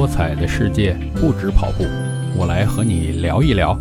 多彩的世界不止跑步，我来和你聊一聊。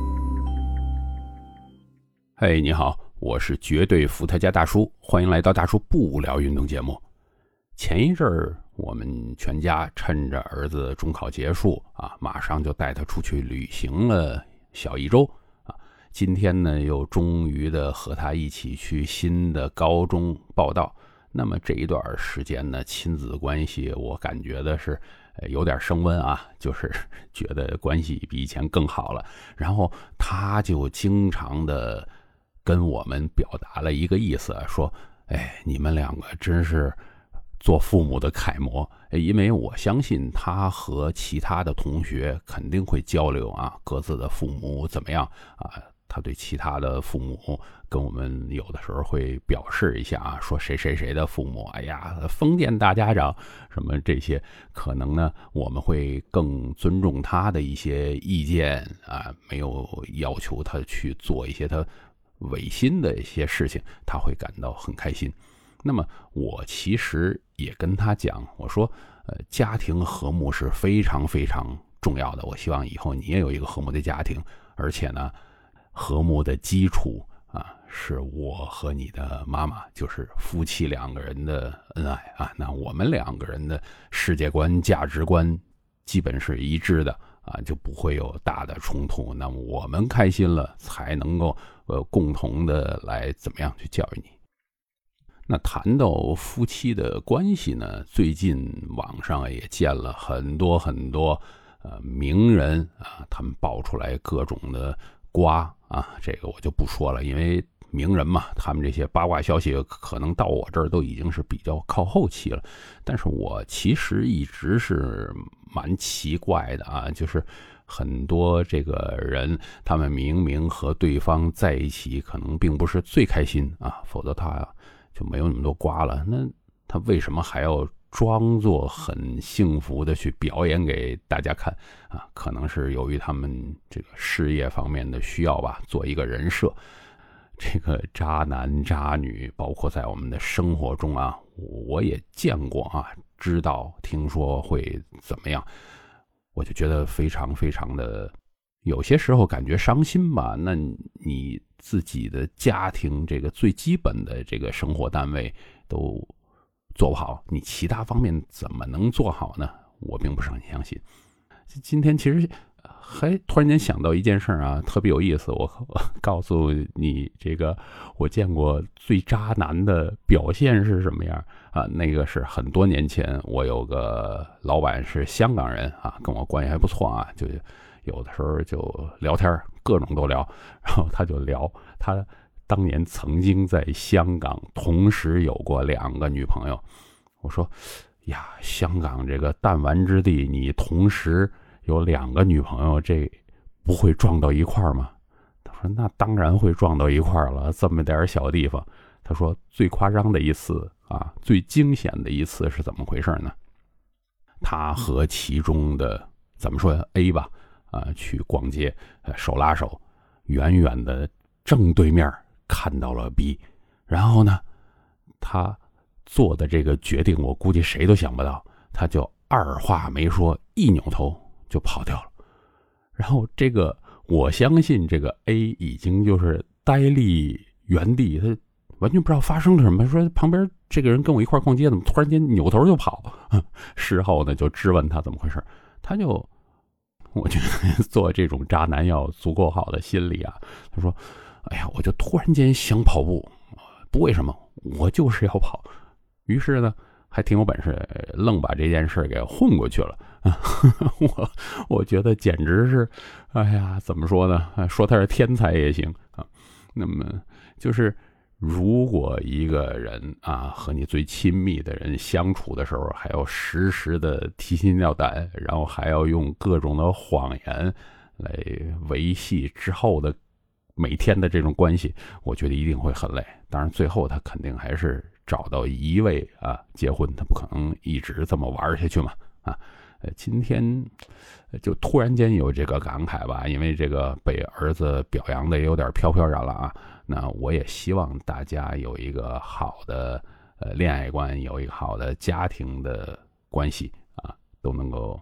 嘿，你好，我是绝对伏特加大叔，欢迎来到大叔不聊运动节目。前一阵儿，我们全家趁着儿子中考结束马上就带他出去旅行了小一周今天呢，又终于的和他一起去新的高中报到。那么这一段时间呢，亲子关系我感觉的是有点升温就是觉得关系比以前更好了。然后他就经常的跟我们表达了一个意思，说你们两个真是做父母的楷模。因为我相信他和其他的同学肯定会交流各自的父母怎么样他对其他的父母跟我们有的时候会表示一下说谁谁谁的父母封建大家长什么这些，可能呢我们会更尊重他的一些意见没有要求他去做一些他违心的一些事情，他会感到很开心。那么我其实也跟他讲，我说家庭和睦是非常非常重要的，我希望以后你也有一个和睦的家庭，而且呢和睦的基础是我和你的妈妈，就是夫妻两个人的恩爱那我们两个人的世界观价值观基本是一致的就不会有大的冲突。那么我们开心了，才能够共同的来怎么样去教育你。那谈到夫妻的关系呢，最近网上也见了很多很多名人他们爆出来各种的瓜这个我就不说了，因为名人嘛，他们这些八卦消息可能到我这儿都已经是比较靠后期了。但是我其实一直是蛮奇怪的就是很多这个人他们明明和对方在一起可能并不是最开心否则他就没有那么多瓜了，那他为什么还要装作很幸福的去表演给大家看可能是由于他们这个事业方面的需要吧，做一个人设。这个渣男渣女包括在我们的生活中我也见过知道听说会怎么样，我就觉得非常非常的有些时候感觉伤心吧。那你自己的家庭这个最基本的这个生活单位都做不好，你其他方面怎么能做好呢？我并不是很相信。今天其实还突然间想到一件事特别有意思，我告诉你，这个我见过最渣男的表现是什么样那个是很多年前，我有个老板是香港人跟我关系还不错就有的时候就聊天，各种都聊。然后他就聊他当年曾经在香港同时有过2个女朋友。我说香港这个弹丸之地，你同时有2个女朋友，这不会撞到一块儿吗？他说那当然会撞到一块儿了，这么点小地方。他说最夸张的一次最惊险的一次是怎么回事呢？他和其中的怎么说 A 吧去逛街，手拉手，远远的正对面看到了 B， 然后呢他做的这个决定我估计谁都想不到，他就二话没说一扭头就跑掉了。然后这个我相信这个 A 已经就是呆立原地，他完全不知道发生了什么，说旁边这个人跟我一块逛街怎么突然间扭头就跑。事后呢就质问他怎么回事，他就我觉得做这种渣男要足够好的心理他说我就突然间想跑步，不为什么，我就是要跑。于是呢还挺有本事，愣把这件事给混过去了。我觉得简直是怎么说呢，说他是天才也行那么就是如果一个人和你最亲密的人相处的时候还要时时的提心吊胆，然后还要用各种的谎言来维系之后的每天的这种关系，我觉得一定会很累。当然最后他肯定还是找到一位结婚，他不可能一直这么玩下去嘛今天就突然间有这个感慨吧，因为这个被儿子表扬的也有点飘飘然了那我也希望大家有一个好的恋爱观，有一个好的家庭的关系都能够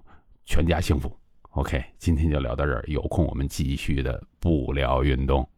全家幸福。OK， 今天就聊到这儿，有空我们继续的不聊运动。